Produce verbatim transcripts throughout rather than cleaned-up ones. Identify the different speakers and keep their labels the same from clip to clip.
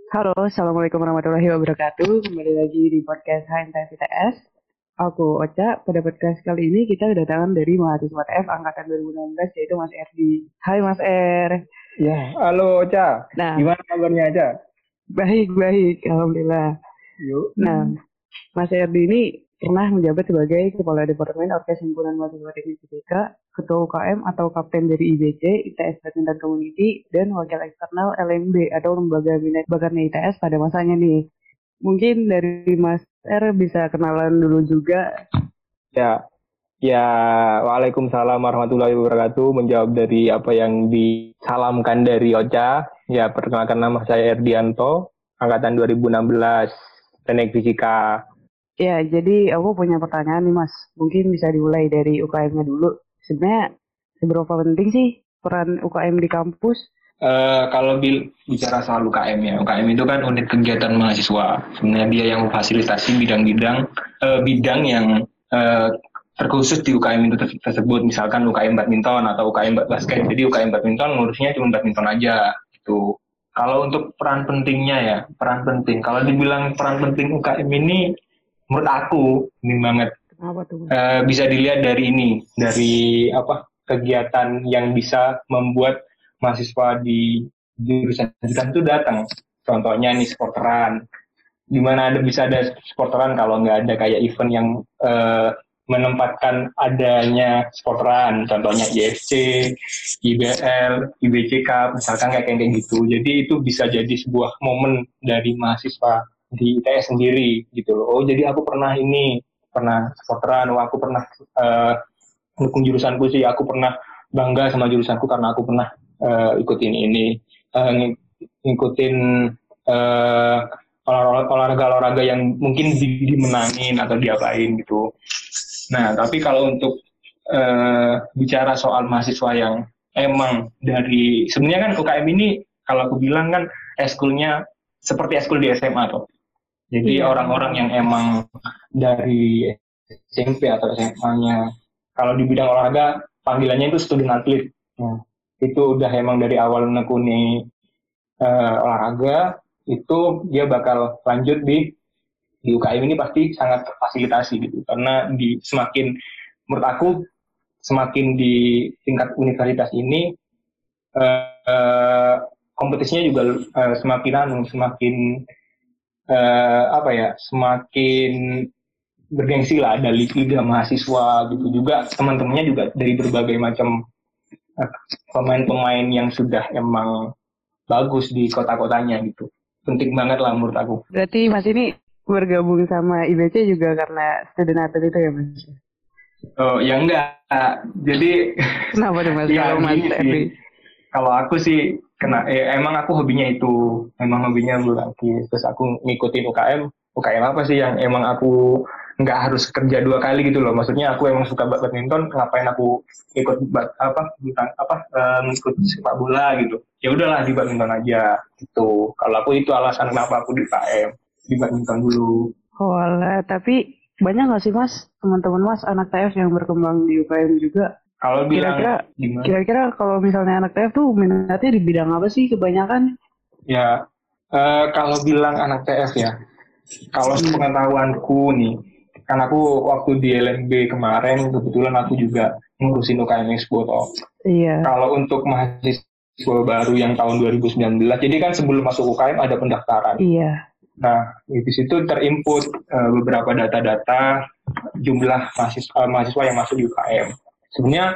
Speaker 1: Halo, Assalamualaikum warahmatullahi wabarakatuh. Kembali lagi di podcast H N T F I T S. Aku Ocha. Pada podcast kali ini kita kedatangan dari mahasiswa T F angkatan dua ribu enam belas yaitu Mas Erdi. Hai Mas Er.
Speaker 2: Ya, halo Ocha.
Speaker 1: Nah,
Speaker 2: Gimana kabarnya aja?
Speaker 1: baik-baik, Alhamdulillah.
Speaker 2: Yuk.
Speaker 1: Nah, Mas Erdi ini pernah menjabat sebagai Kepala Departemen Orkes Himpunan Mahasiswa Teknik I P K, Ketua U K M atau Kapten dari I B C, I T S Badminton Community, dan Wakil Eksternal L M B atau Lembaga Minat Bakatnya I T S pada masanya nih. Mungkin dari Mas R bisa kenalan dulu juga.
Speaker 2: Ya, ya, Waalaikumsalam warahmatullahi wabarakatuh. Menjawab dari apa yang disalamkan dari Ocha. Ya, perkenalkan nama saya Erdianto, angkatan dua ribu enam belas, Teknik Fisika.
Speaker 1: Ya, jadi aku punya pertanyaan nih Mas. Mungkin bisa dimulai dari U K M-nya dulu. Sebenarnya seberapa penting sih peran U K M di kampus?
Speaker 2: Uh, kalau bil- bicara soal U K M ya, U K M itu kan unit kegiatan mahasiswa. Sebenarnya dia yang memfasilitasi bidang-bidang uh, bidang yang uh, terkhusus di U K M itu tersebut. Misalkan U K M badminton atau U K M basket. Jadi U K M badminton ngurusnya cuma badminton aja gitu. Kalau untuk peran pentingnya ya, peran penting. Kalau dibilang peran penting U K M ini, menurut aku ini banget.
Speaker 1: Kenapa tuh?
Speaker 2: Uh, bisa dilihat dari ini, dari apa kegiatan yang bisa membuat mahasiswa di jurusan itu datang. Contohnya nih sporteran. Di mana ada bisa ada sporteran kalau nggak ada kayak event yang uh, menempatkan adanya sporteran. Contohnya I F C, I B L, I B C Cup, misalkan kayak kayak gitu. Jadi itu bisa jadi sebuah momen dari mahasiswa di I T S sendiri gitu loh. Oh jadi aku pernah ini, pernah sporteran, oh aku pernah uh, mendukung jurusanku sih, aku pernah bangga sama jurusanku karena aku pernah uh, ikutin ini, uh, ngikutin uh, olahraga-olahraga yang mungkin dimenangin atau diapain gitu. Nah, tapi kalau untuk uh, bicara soal mahasiswa yang emang dari, sebenarnya kan U K M ini kalau aku bilang kan eskulnya seperti eskul di S M A tuh. Jadi
Speaker 1: Iya.
Speaker 2: orang-orang yang emang dari S M P atau S M A-nya, kalau di bidang olahraga panggilannya itu student athlete. Nah, itu udah emang dari awal menekuni uh, olahraga, itu dia bakal lanjut di di U K M ini pasti sangat terfasilitasi gitu. Karena di semakin, menurut aku, semakin di tingkat universitas ini uh, uh, kompetisinya juga uh, semakin anu, semakin uh, apa ya, semakin bergengsi lah, ada liga mahasiswa gitu juga, teman-temannya juga dari berbagai macam uh, pemain-pemain yang sudah emang bagus di kota-kotanya gitu. Penting banget lah menurut aku.
Speaker 1: Berarti Mas ini bergabung sama I B C juga karena student athlete itu ya Mas?
Speaker 2: Oh ya enggak, jadi
Speaker 1: kenapa tuh Mas?
Speaker 2: ya,
Speaker 1: Kalau Mas Erdi?
Speaker 2: Kalau aku sih kena, eh, emang aku hobinya itu, emang hobinya bulu tangkis. Terus aku ngikutin U K M, U K M apa sih yang emang aku nggak harus kerja dua kali gitu loh. Maksudnya aku emang suka badminton, ngapain aku ikut bad, apa apa um, ikut sepak bola gitu. Ya udahlah di badminton aja gitu. Kalau aku itu alasan kenapa aku di U K M, di badminton dulu.
Speaker 1: Oh alah, tapi banyak nggak sih Mas teman-teman Mas anak T F yang berkembang di U K M juga?
Speaker 2: Kalau bilang
Speaker 1: kira-kira
Speaker 2: gimana?
Speaker 1: Kira-kira kalau misalnya anak T F tuh minatnya di bidang apa sih kebanyakan?
Speaker 2: Ya, uh, kalau bilang anak T F ya, kalau
Speaker 1: Hmm.
Speaker 2: sepengetahuanku nih, kan aku waktu di L M B kemarin kebetulan aku juga ngurusin U K M Expo toh.
Speaker 1: Iya.
Speaker 2: Kalau untuk mahasiswa baru yang tahun dua ribu sembilan belas, jadi kan sebelum masuk U K M ada pendaftaran.
Speaker 1: Iya.
Speaker 2: Nah, di situ terinput uh, beberapa data-data jumlah mahasiswa, mahasiswa yang masuk di U K M. Sebenarnya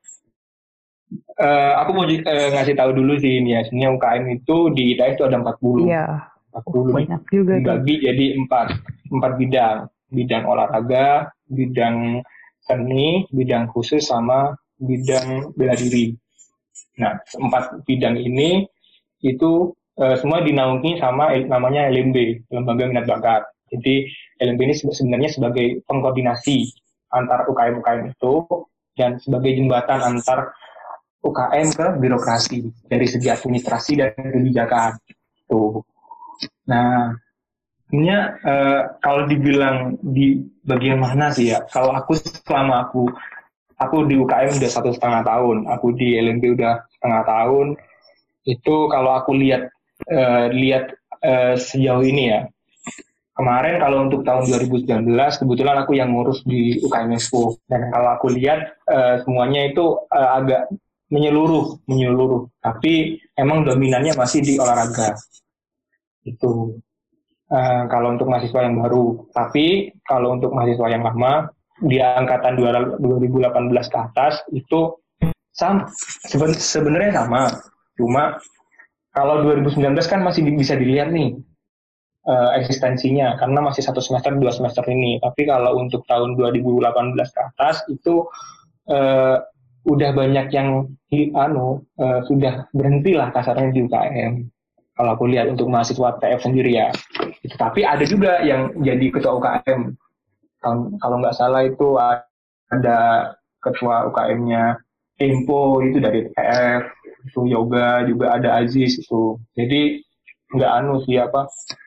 Speaker 2: uh, aku mau uh, ngasih tahu dulu sih ini ya, sebenarnya U K M itu di I T S itu ada empat puluh.
Speaker 1: Iya.
Speaker 2: empat puluh
Speaker 1: banyak juga
Speaker 2: dibagi tuh. Jadi empat empat bidang, bidang olahraga, bidang seni, bidang khusus, sama bidang bela diri. Nah, empat bidang ini itu uh, semua dinaungi sama namanya L M B, Lembaga Minat Bakat. Jadi L M B ini sebenarnya sebagai pengkoordinasi antar U K M U K M itu dan sebagai jembatan antar U K M ke birokrasi dari segi administrasi dan kebijakan. Tuh. Nah, sebenarnya uh, kalau dibilang di bagian mana sih ya? Kalau aku selama aku aku di U K M udah satu setengah tahun, aku di L M B udah setengah tahun. Itu kalau aku lihat uh, lihat uh, sejauh ini ya. Kemarin kalau untuk tahun dua ribu sembilan belas kebetulan aku yang ngurus di U K M Expo, dan kalau aku lihat uh, semuanya itu uh, agak menyeluruh menyeluruh tapi emang dominannya masih di olahraga itu uh, kalau untuk mahasiswa yang baru. Tapi kalau untuk mahasiswa yang lama di angkatan dua ribu delapan belas ke atas itu sama, seben- sebenarnya sama, cuma kalau dua ribu sembilan belas kan masih bisa dilihat nih uh, eksistensinya karena masih satu semester dua semester ini. Tapi kalau untuk tahun dua ribu delapan belas ke atas itu uh, udah banyak yang anu uh, sudah berhenti lah kasarnya di U K M. Kalau aku lihat untuk mahasiswa T F sendiri ya. Tapi ada juga yang jadi ketua U K M. Kalau nggak salah itu ada ketua U K M-nya Tempo itu dari T F, itu Yoga juga ada Aziz itu. Jadi nggak anu siapa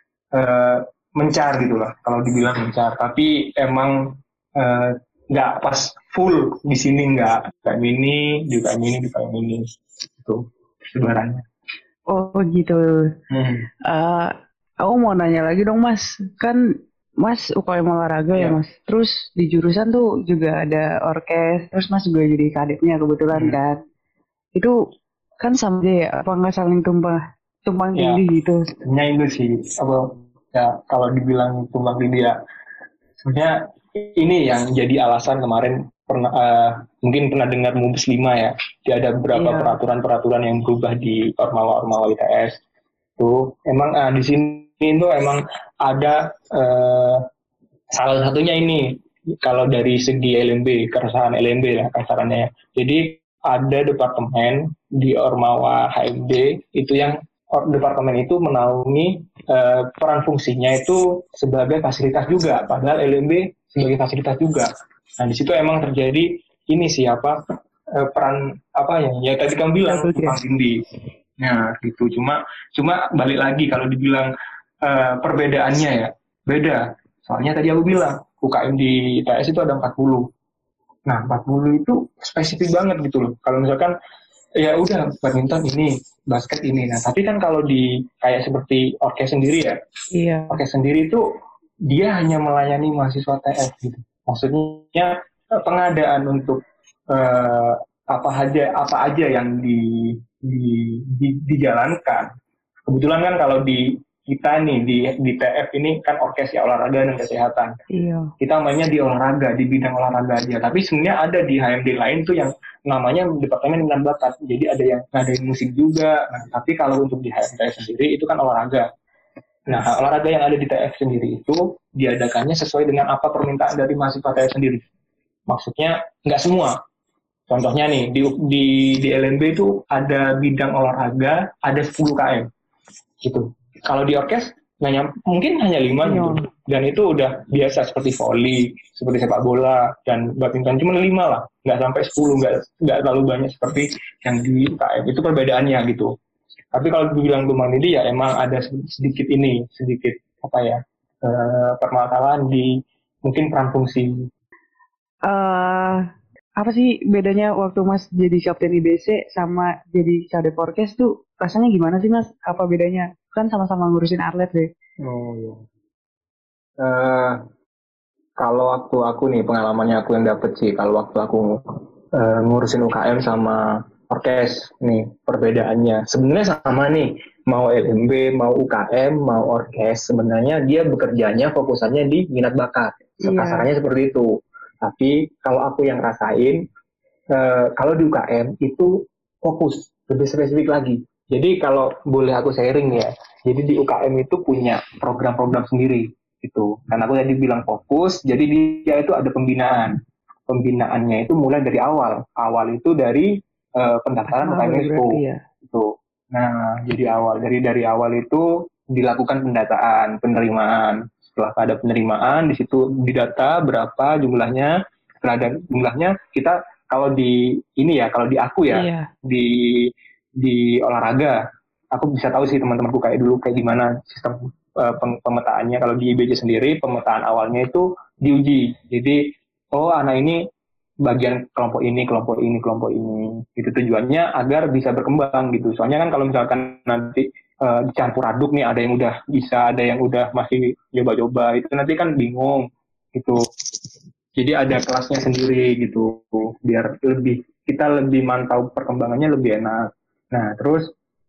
Speaker 2: uh, mencar gitu lah kalau dibilang mencar, tapi emang uh, nggak pas full di sini, nggak kayak mini juga mini juga mini itu sebarannya.
Speaker 1: Oh gitu. Hmm. Uh, aku mau nanya lagi dong Mas, kan Mas U K M olahraga yeah. ya Mas, terus di jurusan tuh juga ada orkes, terus Mas juga jadi kadepnya kebetulan hmm. kan, itu kan sama aja ya, apa nggak saling tumpah tumpang
Speaker 2: ya,
Speaker 1: tindih gitu?
Speaker 2: Sebenarnya itu sih, apa ya kalau dibilang tumpang tindih ya, sebenarnya ini yang jadi alasan kemarin pernah uh, mungkin pernah dengar Mubes lima ya, dia ada beberapa yeah. peraturan-peraturan yang berubah di Ormawa-Ormawa I T S tuh, emang uh, di sini itu emang ada uh, salah satunya ini kalau dari segi L M B, keresahan L M B lah kasarannya. Jadi ada departemen di Ormawa H M D itu yang departemen itu menaungi uh, peran fungsinya itu sebagai fasilitas juga, padahal L M B sebagai fasilitas juga. Nah di situ emang terjadi ini siapa uh, peran apa ya? Ya tadi kamu bilang tumpang tindih. Nah gitu, cuma cuma balik lagi kalau dibilang uh, perbedaannya ya beda. Soalnya tadi aku bilang U K M di I T S itu ada empat puluh. Nah empat puluh itu spesifik banget gitu loh. Kalau misalkan ya udah badminton ini, basket ini. Nah tapi kan kalau di kayak seperti orkes sendiri ya,
Speaker 1: iya.
Speaker 2: orkes sendiri itu dia hanya melayani mahasiswa T F gitu. Maksudnya pengadaan untuk uh, apa aja apa aja yang di, di, di dijalankan. Kebetulan kan kalau di kita nih di di T F ini kan orkes ya, olahraga dan kesehatan.
Speaker 1: Iya.
Speaker 2: Kita mainnya di olahraga, di bidang olahraga aja. Tapi sebenarnya ada di H M D lain tuh yang namanya departemen minat bakat. Jadi ada yang ngadain musik juga. Nah, tapi kalau untuk di H M D sendiri itu kan olahraga. Nah, olahraga yang ada di T F sendiri itu diadakannya sesuai dengan apa permintaan dari mahasiswa T F sendiri. Maksudnya nggak semua. Contohnya nih di di di L M B itu ada bidang olahraga, ada sepuluh K M. Gitu. Kalau di orkes hanya mungkin hanya lima gitu. Dan itu udah biasa seperti voli, seperti sepak bola dan badminton cuma lima lah, nggak sampai sepuluh, nggak nggak terlalu banyak seperti yang di U K M. Itu perbedaannya gitu. Tapi kalau dibilang tumpang tindih ya emang ada sedikit ini, sedikit apa ya uh, permasalahan di mungkin peran fungsi.
Speaker 1: Uh, apa sih bedanya waktu Mas jadi kapten I B C sama jadi kadep orkes tuh rasanya gimana sih Mas? Apa bedanya? Kan sama-sama ngurusin atlet deh.
Speaker 2: Oh iya. Uh, kalau waktu aku nih pengalamannya aku yang dapet sih, kalau waktu aku uh, ngurusin U K M sama orkes nih perbedaannya sebenarnya sama nih, mau L M B, mau U K M, mau orkes sebenarnya dia bekerjanya fokusannya di minat bakat, kasarannya yeah. seperti itu. Tapi kalau aku yang rasain uh, kalau di U K M itu fokus lebih spesifik lagi. Jadi kalau boleh aku sharing ya, jadi di U K M itu punya program-program sendiri gitu. Dan aku tadi bilang fokus, jadi dia itu ada pembinaan. Pembinaannya itu mulai dari awal. Awal itu dari uh, pendaftaran U K M Expo. Ya. Gitu. Nah, jadi awal dari dari awal itu dilakukan pendataan, penerimaan. Setelah ada penerimaan, di situ didata berapa jumlahnya. Setelah ada jumlahnya, kita kalau di ini ya, kalau di aku ya, iya. di di olahraga, aku bisa tahu sih teman-temanku kayak dulu kayak gimana sistem uh, pemetaannya. Kalau di I B C sendiri pemetaan awalnya itu diuji. Jadi oh anak ini bagian kelompok ini, kelompok ini, kelompok ini. Itu tujuannya agar bisa berkembang gitu. Soalnya kan kalau misalkan nanti uh, dicampur aduk nih, ada yang udah bisa, ada yang udah masih coba-coba, itu nanti kan bingung gitu. Jadi ada kelasnya sendiri gitu, biar lebih kita lebih mantau perkembangannya lebih enak. Nah terus,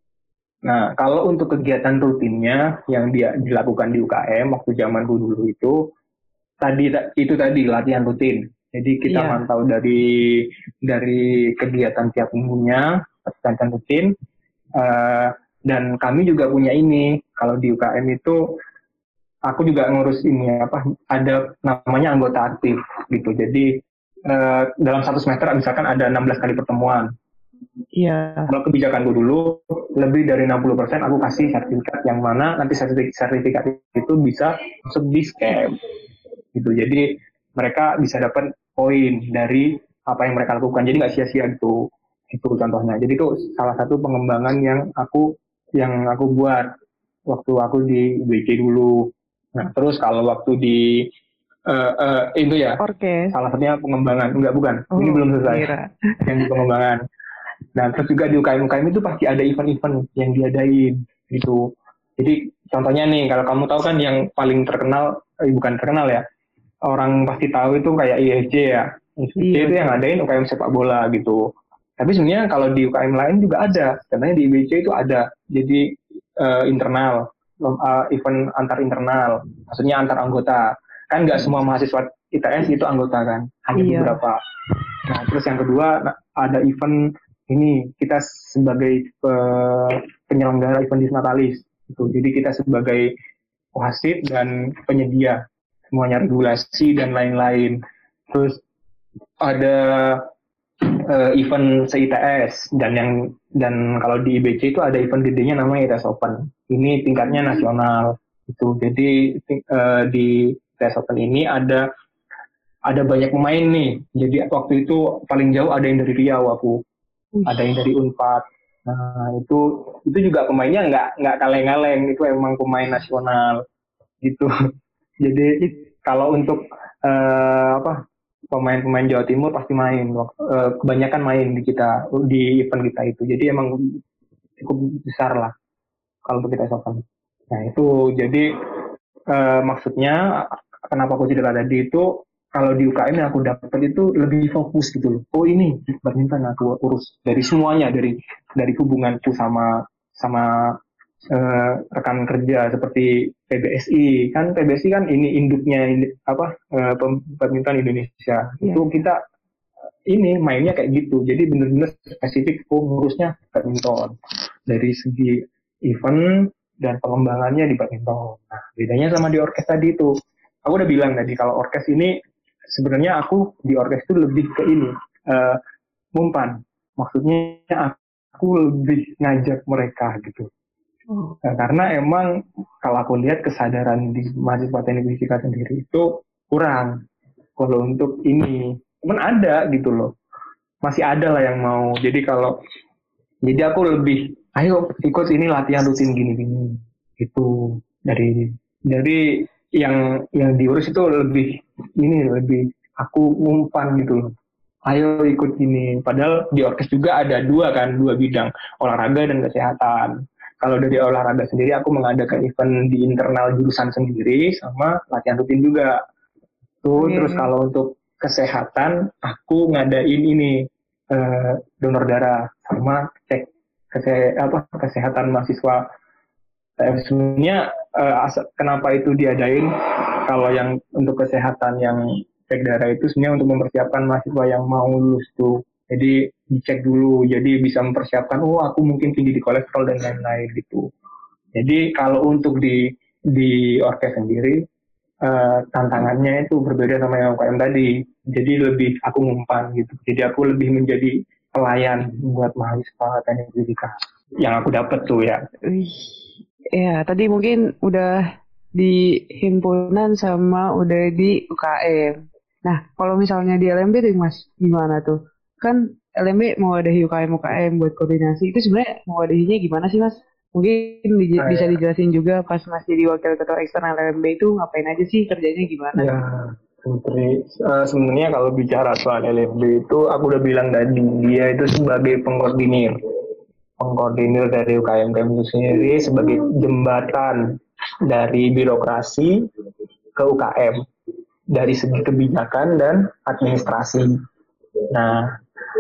Speaker 2: nah kalau untuk kegiatan rutinnya yang dia dilakukan di U K M waktu zamanku dulu itu, tadi itu tadi latihan rutin. Jadi kita
Speaker 1: Iya.
Speaker 2: mantau dari dari kegiatan tiap minggunya, latihan rutin. Uh, dan kami juga punya ini, kalau di U K M itu aku juga ngurus ini apa, ada namanya anggota aktif gitu. Jadi uh, dalam satu semester misalkan ada enam belas kali pertemuan.
Speaker 1: Iya.
Speaker 2: Kalau kebijakanku dulu, lebih dari enam puluh persen aku kasih sertifikat, yang mana nanti sertifikat itu bisa masuk di scam gitu. Jadi mereka bisa dapat poin dari apa yang mereka lakukan. Jadi nggak sia-sia gitu. Itu contohnya. Jadi itu salah satu pengembangan yang aku yang aku buat waktu aku di B C dulu. Nah terus kalau waktu di uh, uh, itu ya,
Speaker 1: Orkes.
Speaker 2: salah satunya pengembangan. Enggak, bukan.
Speaker 1: Oh,
Speaker 2: ini belum selesai.
Speaker 1: kira.
Speaker 2: Yang di pengembangan. Nah terus juga di U K M U K M itu pasti ada event-event yang diadain gitu. Jadi contohnya nih, kalau kamu tahu kan yang paling terkenal, eh, bukan terkenal ya, orang pasti tahu itu kayak I S J ya. I S J iya, itu yang ngadain U K M sepak bola gitu. Tapi sebenarnya kalau di U K M lain juga ada. Contohnya di I B C itu ada. Jadi uh, internal, uh, event antar internal. Maksudnya antar anggota. Kan nggak semua mahasiswa I T S itu anggota kan. Hanya iya. beberapa. Nah terus yang kedua ada event ini, kita sebagai uh, penyelenggara event Disnatalis. Gitu. Jadi kita sebagai wasit dan penyedia semuanya, regulasi dan lain-lain. Terus ada uh, event se-I T S, dan yang dan kalau di I B C itu ada event gedenya namanya I T S Open. Ini tingkatnya nasional itu. Jadi uh, di I T S Open ini ada ada banyak pemain nih. Jadi waktu itu paling jauh ada yang dari Riau aku, ada yang dari Unpad. Nah itu itu juga pemainnya nggak nggak kaleng-kaleng, itu emang pemain nasional gitu. Jadi kalau untuk uh, apa pemain-pemain Jawa Timur pasti main, uh, kebanyakan main di kita di event kita itu. Jadi emang cukup besar lah kalau untuk kita sopan. Nah itu jadi uh, maksudnya kenapa aku tidak ada di itu, kalau di U K M yang aku dapat itu lebih fokus gitu loh. Oh ini badminton aku urus dari semuanya, dari dari hubunganku sama sama uh, rekan kerja seperti P B S I. Kan P B S I kan ini induknya ini, apa uh, badminton Indonesia. Yeah. Itu kita ini mainnya kayak gitu. Jadi benar-benar spesifik oh ngurusnya badminton dari segi event dan pengembangannya di badminton. Nah, bedanya sama di orkes tadi itu. Aku udah bilang tadi kalau orkes ini sebenarnya aku di orkes itu lebih ke ini, uh, ngumpan. Maksudnya aku lebih ngajak mereka gitu. Oh. Nah, karena emang kalau aku lihat kesadaran di mahasiswa teknik fisika sendiri itu kurang. Kalau untuk ini, cuman ada gitu loh. Masih ada lah yang mau. Jadi kalau, jadi aku lebih, ayo ikut ini latihan rutin gini-gini. Gitu. Dari, dari yang yang diurus itu lebih ini lebih aku umpan gitu loh. Ayo ikut ini. Padahal di orkes juga ada dua kan, dua bidang, olahraga dan kesehatan. Kalau dari olahraga sendiri aku mengadakan event di internal jurusan sendiri sama latihan rutin juga. Tuh, okay. Terus kalau untuk kesehatan aku ngadain ini uh, donor darah sama cek kese apa kesehatan mahasiswa. Sebenarnya uh, kenapa itu diadain? Kalau yang untuk kesehatan yang cek darah itu sebenarnya untuk mempersiapkan mahasiswa yang mau lulus tuh. Jadi dicek dulu, jadi bisa mempersiapkan, oh aku mungkin tinggi di kolesterol dan lain-lain gitu. Jadi kalau untuk di di orkes sendiri uh, tantangannya itu berbeda sama yang U K M tadi. Jadi lebih aku ngumpan gitu. Jadi aku lebih menjadi pelayan buat mahasiswa teknik fisika yang aku dapat tuh ya.
Speaker 1: Wih. Ya, tadi mungkin udah di himpunan sama udah di U K M. Nah, kalau misalnya di L M B tuh Mas, gimana tuh? Kan L M B mau ada U K M U K M buat koordinasi. Itu sebenarnya mau adanya gimana sih Mas? Mungkin di, nah, bisa dijelasin juga pas Mas jadi wakil ketua eksternal L M B itu ngapain aja sih, kerjanya gimana?
Speaker 2: Ya, Putri, uh, sebenarnya kalau bicara soal L M B itu aku udah bilang tadi, dia itu sebagai pengkoordinir. pengkoordinir dari U K M U K M itu sendiri sebagai jembatan dari birokrasi ke U K M dari segi kebijakan dan administrasi. Nah,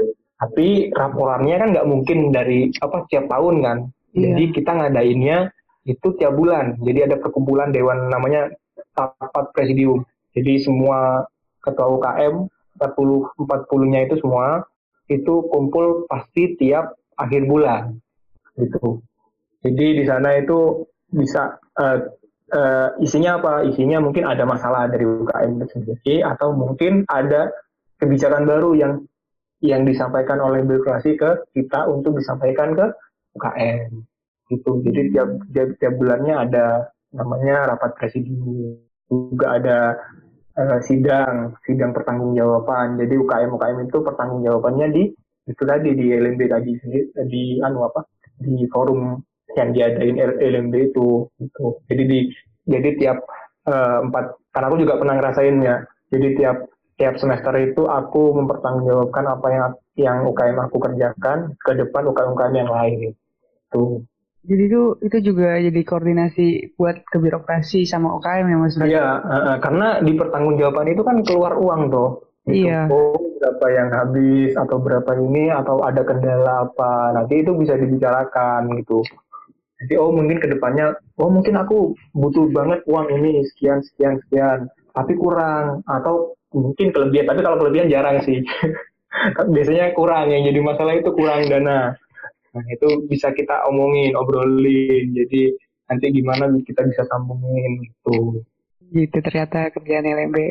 Speaker 2: tapi raporannya kan nggak mungkin dari apa tiap tahun kan.
Speaker 1: Iya.
Speaker 2: Jadi kita ngadainnya itu tiap bulan. Jadi ada perkumpulan dewan namanya rapat presidium. Jadi semua ketua U K M empat puluh empat puluh-nya itu semua itu kumpul pasti tiap akhir bulan gitu. Jadi di sana itu bisa uh, uh, isinya apa? Isinya mungkin ada masalah dari U K M itu sendiri atau mungkin ada kebijakan baru yang yang disampaikan oleh birokrasi ke kita untuk disampaikan ke U K M gitu. Jadi tiap tiap, tiap bulannya ada namanya rapat presidium, juga ada uh, sidang sidang pertanggungjawaban. Jadi U K M U K M itu pertanggungjawabannya di itu tadi di L M B tadi di anu apa di forum yang diadain L M B itu gitu. Jadi di jadi tiap uh, empat karena aku juga pernah ngerasainnya. Jadi tiap tiap semester itu aku mempertanggungjawabkan apa yang yang U K M aku kerjakan ke depan U K M U K M yang lain itu.
Speaker 1: Jadi itu itu juga jadi koordinasi buat ke birokrasi sama U K M ya Mas?
Speaker 2: Iya, uh, karena di pertanggungjawaban itu kan keluar uang tuh. Gitu.
Speaker 1: Iya.
Speaker 2: Oh, berapa yang habis atau berapa ini atau ada kendala apa. Nanti itu bisa dibicarakan gitu. Jadi oh mungkin kedepannya, oh mungkin aku butuh banget uang ini sekian sekian sekian, tapi kurang atau mungkin kelebihan. Tapi kalau kelebihan jarang sih. Biasanya kurang yang jadi masalah itu kurang dana. Nah itu bisa kita omongin, obrolin. Jadi nanti gimana kita bisa sambungin gitu.
Speaker 1: Gitu ternyata kerjaan L M B.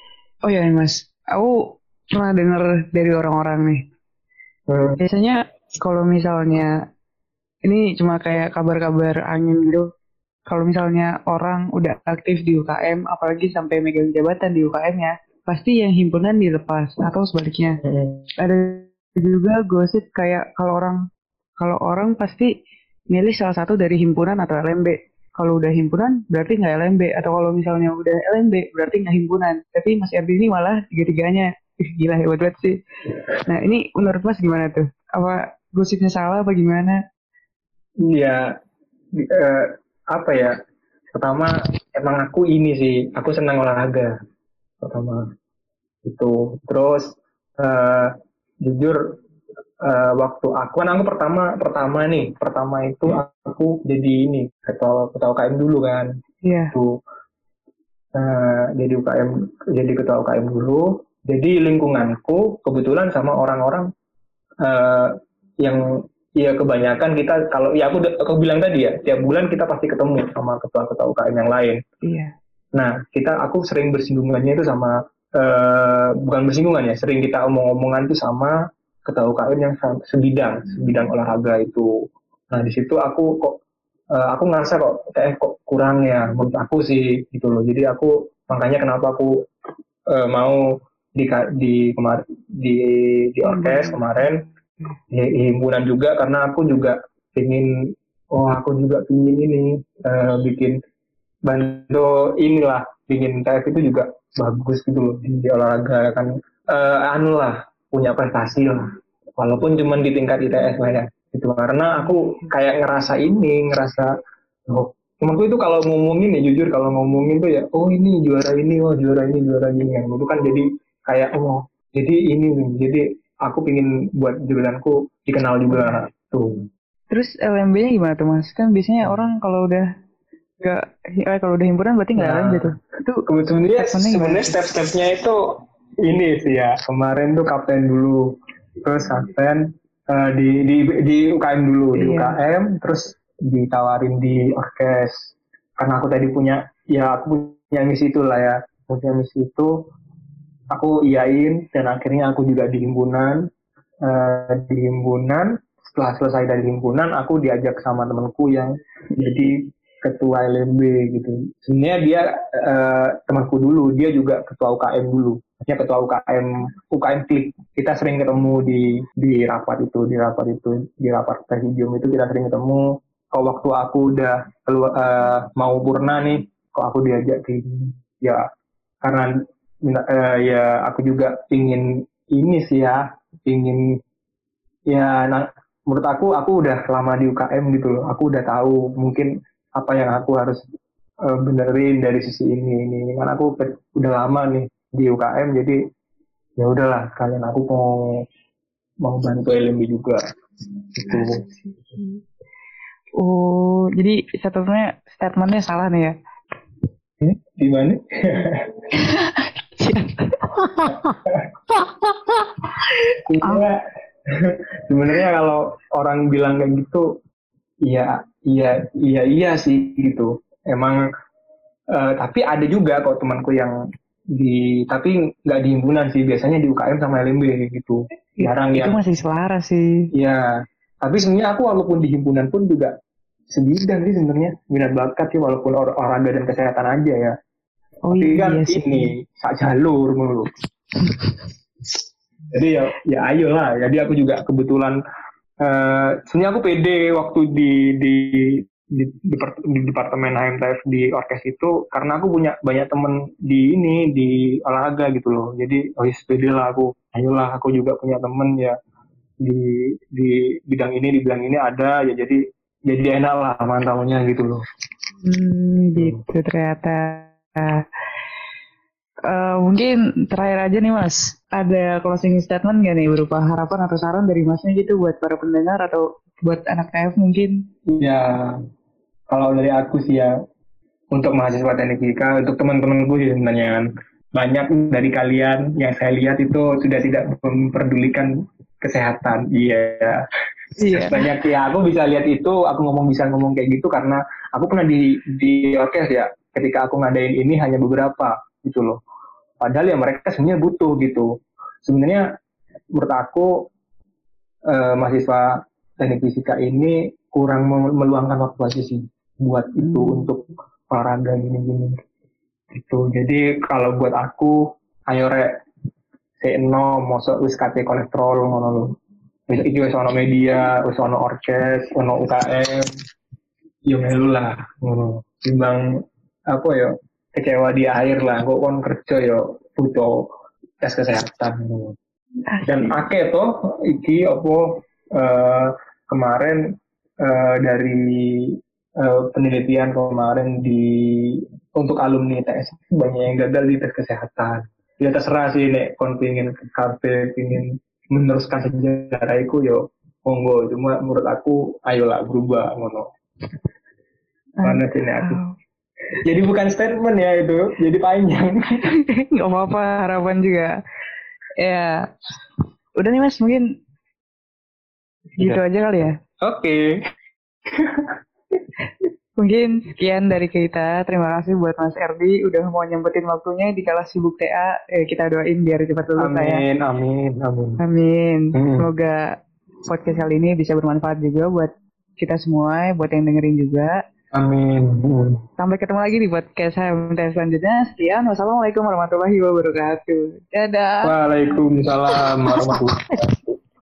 Speaker 1: Oh ya Mas, aku pernah dengar dari orang-orang nih. Hmm. Biasanya kalau misalnya ini cuma kayak kabar-kabar angin gitu. Kalau misalnya orang udah aktif di U K M, apalagi sampai megang jabatan di U K M ya, pasti yang himpunan dilepas atau sebaliknya. Hmm. Ada juga gosip kayak kalau orang kalau orang pasti milih salah satu dari himpunan atau L M B. Kalau udah himpunan berarti nggak L M B, atau kalau misalnya udah L M B berarti nggak himpunan. Tapi Mas Erdi ini malah tiga-tiganya. Gila, hebat banget sih. Nah ini menurut Mas gimana tuh? Apa gosipnya salah apa gimana?
Speaker 2: Iya, eh, apa ya? Pertama emang aku ini sih, aku senang olahraga. Pertama itu, terus eh, jujur eh, waktu aku kan aku pertama pertama nih, pertama itu aku jadi ini ketua ketua U K M dulu kan.
Speaker 1: Iya.
Speaker 2: Tuh, eh, jadi U K M, jadi ketua U K M dulu. Jadi lingkunganku kebetulan sama orang-orang eh, yang ya kebanyakan kita kalau ya aku aku bilang tadi ya tiap bulan kita pasti ketemu sama ketua-ketua U K M yang lain.
Speaker 1: Iya.
Speaker 2: Nah kita aku sering bersinggungannya itu sama uh, bukan bersinggungan ya sering kita omong-omongan itu sama ketua U K M yang sebidang sebidang olahraga itu. Nah di situ aku kok uh, aku ngerasa kok kayak kok kurang ya menurut aku sih gitu loh. Jadi aku makanya kenapa aku uh, mau di di kemar di di orkes kemarin. Ya, himpunan juga karena aku juga ingin oh aku juga ingin ini uh, bikin bantu inilah bikin T F itu juga bagus gitu loh di, di olahraga kan uh, anu lah punya prestasi lah walaupun cuma di tingkat I T S lah ya gitu karena aku kayak ngerasa ini ngerasa oh temanku itu kalau ngomongin ya jujur kalau ngomongin tuh ya oh ini juara ini oh juara ini juara ini yang itu kan jadi kayak oh jadi ini jadi aku pingin buat jurusanku dikenal juga tuh.
Speaker 1: Terus L M B-nya gimana tuh Mas? Kan biasanya orang kalau udah nggak eh, kalau udah himpunan berarti nggak nah, L M B tuh.
Speaker 2: Itu sebenarnya sebenarnya step-stepnya itu ini sih ya. Kemarin tuh kapten dulu, terus kapten uh, di di di U K M dulu iya. Di U K M, terus ditawarin di orkes. Karena aku tadi punya ya aku punya misi itu lah ya, punya misi itu. Aku iyain dan akhirnya aku juga di himpunan uh, di himpunan setelah selesai dari himpunan aku diajak sama temanku yang jadi ketua L M B gitu sebenarnya dia uh, temanku dulu dia juga ketua U K M dulu maksudnya ketua U K M U K M klik kita sering ketemu di di rapat itu di rapat itu di rapat presidium itu kita sering ketemu kok waktu aku udah keluar uh, mau purna nih kok aku diajak ke ini ya karena Uh, ya aku juga ingin ini sih ya ingin ya na- menurut aku aku udah lama di U K M gitu loh. Aku udah tahu mungkin apa yang aku harus uh, benerin dari sisi ini ini. Kan aku udah lama nih di U K M, jadi ya udahlah kalian aku mau mau bantu L M B juga gitu.
Speaker 1: Oh, jadi statementnya statementnya salah nih ya?
Speaker 2: Hmm? Gimana? Sebenarnya, sebenarnya kalau orang bilang kayak gitu, iya iya iya iya sih gitu. Emang uh, tapi ada juga kok temanku yang di tapi nggak di himpunan sih, biasanya di U K M sama L M B gitu. Jarang
Speaker 1: itu
Speaker 2: yang
Speaker 1: masih selaras sih.
Speaker 2: Iya. Tapi sebenarnya aku walaupun di himpunan pun juga sebidang sih sebenarnya, minat bakat sih walaupun or- olahraga dan kesehatan aja ya.
Speaker 1: Oh
Speaker 2: Tapi
Speaker 1: iya
Speaker 2: kan
Speaker 1: sih.
Speaker 2: ini sak jalur mulu. Jadi ya ya ayolah. Jadi aku juga kebetulan uh, sebenarnya aku pede waktu di di di, di, di departemen H M T F di orkes itu karena aku punya banyak temen di ini di olahraga gitu loh. Jadi oh yes, pede lah aku. Ayolah aku juga punya temen ya di di bidang ini di bidang ini ada ya, jadi jadi enak lah mantaunya gitu loh.
Speaker 1: Hmm, gitu ternyata. Uh, mungkin terakhir aja nih Mas, ada closing statement gak nih berupa harapan atau saran dari Masnya gitu buat para pendengar atau buat anak T F mungkin?
Speaker 2: Ya kalau dari aku sih ya, untuk mahasiswa teknik fisika, untuk teman-temanku sih sebenarnya kan, banyak dari kalian yang saya lihat itu sudah tidak memperdulikan kesehatan. Iya. Yeah. Iya. Banyak ya, aku bisa lihat itu, aku ngomong bisa ngomong kayak gitu karena aku pernah di di orkes ya. Ketika aku ngadain ini hanya beberapa gitu loh. Padahal ya mereka sebenarnya butuh gitu. Sebenarnya menurut aku eh, mahasiswa teknik fisika ini kurang meluangkan waktu aja sih buat itu hmm. untuk olahraga gini-gini. Gitu. Jadi kalau buat aku, ayo rek C no mosok wis kate kolesterol ngono lho. Wis iki wis ono media, wis ono orkes, ono U K M. Yo melu lah ngono. Timbang apa ya kecewa di akhir lah, kok kon kerja yo butuh tes kesehatan ngono. Dan akeh toh iki apa uh, kemarin uh, dari uh, penelitian kemarin di untuk alumni T S banyak yang gagal di tes kesehatan. Ya terserah sih nek kon pengin kafe pengin meneruskan sejarah itu yo monggo, cuma menurut aku ayolah berubah ngono. Mana sih nek aku. Jadi bukan statement ya itu, jadi panjang.
Speaker 1: Gak apa-apa, harapan juga. Ya, udah nih Mas, mungkin gitu aja kali ya.
Speaker 2: Oke. Okay.
Speaker 1: Mungkin sekian dari kita. Terima kasih buat Mas Erdi udah mau nyempetin waktunya di kala sibuk T A. Eh, kita doain biar cepat lulus ya.
Speaker 2: Amin, amin, amin.
Speaker 1: Amin. Hmm. Semoga podcast kali ini bisa bermanfaat juga buat kita semua, buat yang dengerin juga.
Speaker 2: Amin. Hmm.
Speaker 1: Sampai ketemu lagi di podcast H M T selanjutnya. Sekian. Wassalamualaikum warahmatullahi wabarakatuh. Dadah.
Speaker 2: Waalaikumsalam warahmatullahi wabarakatuh.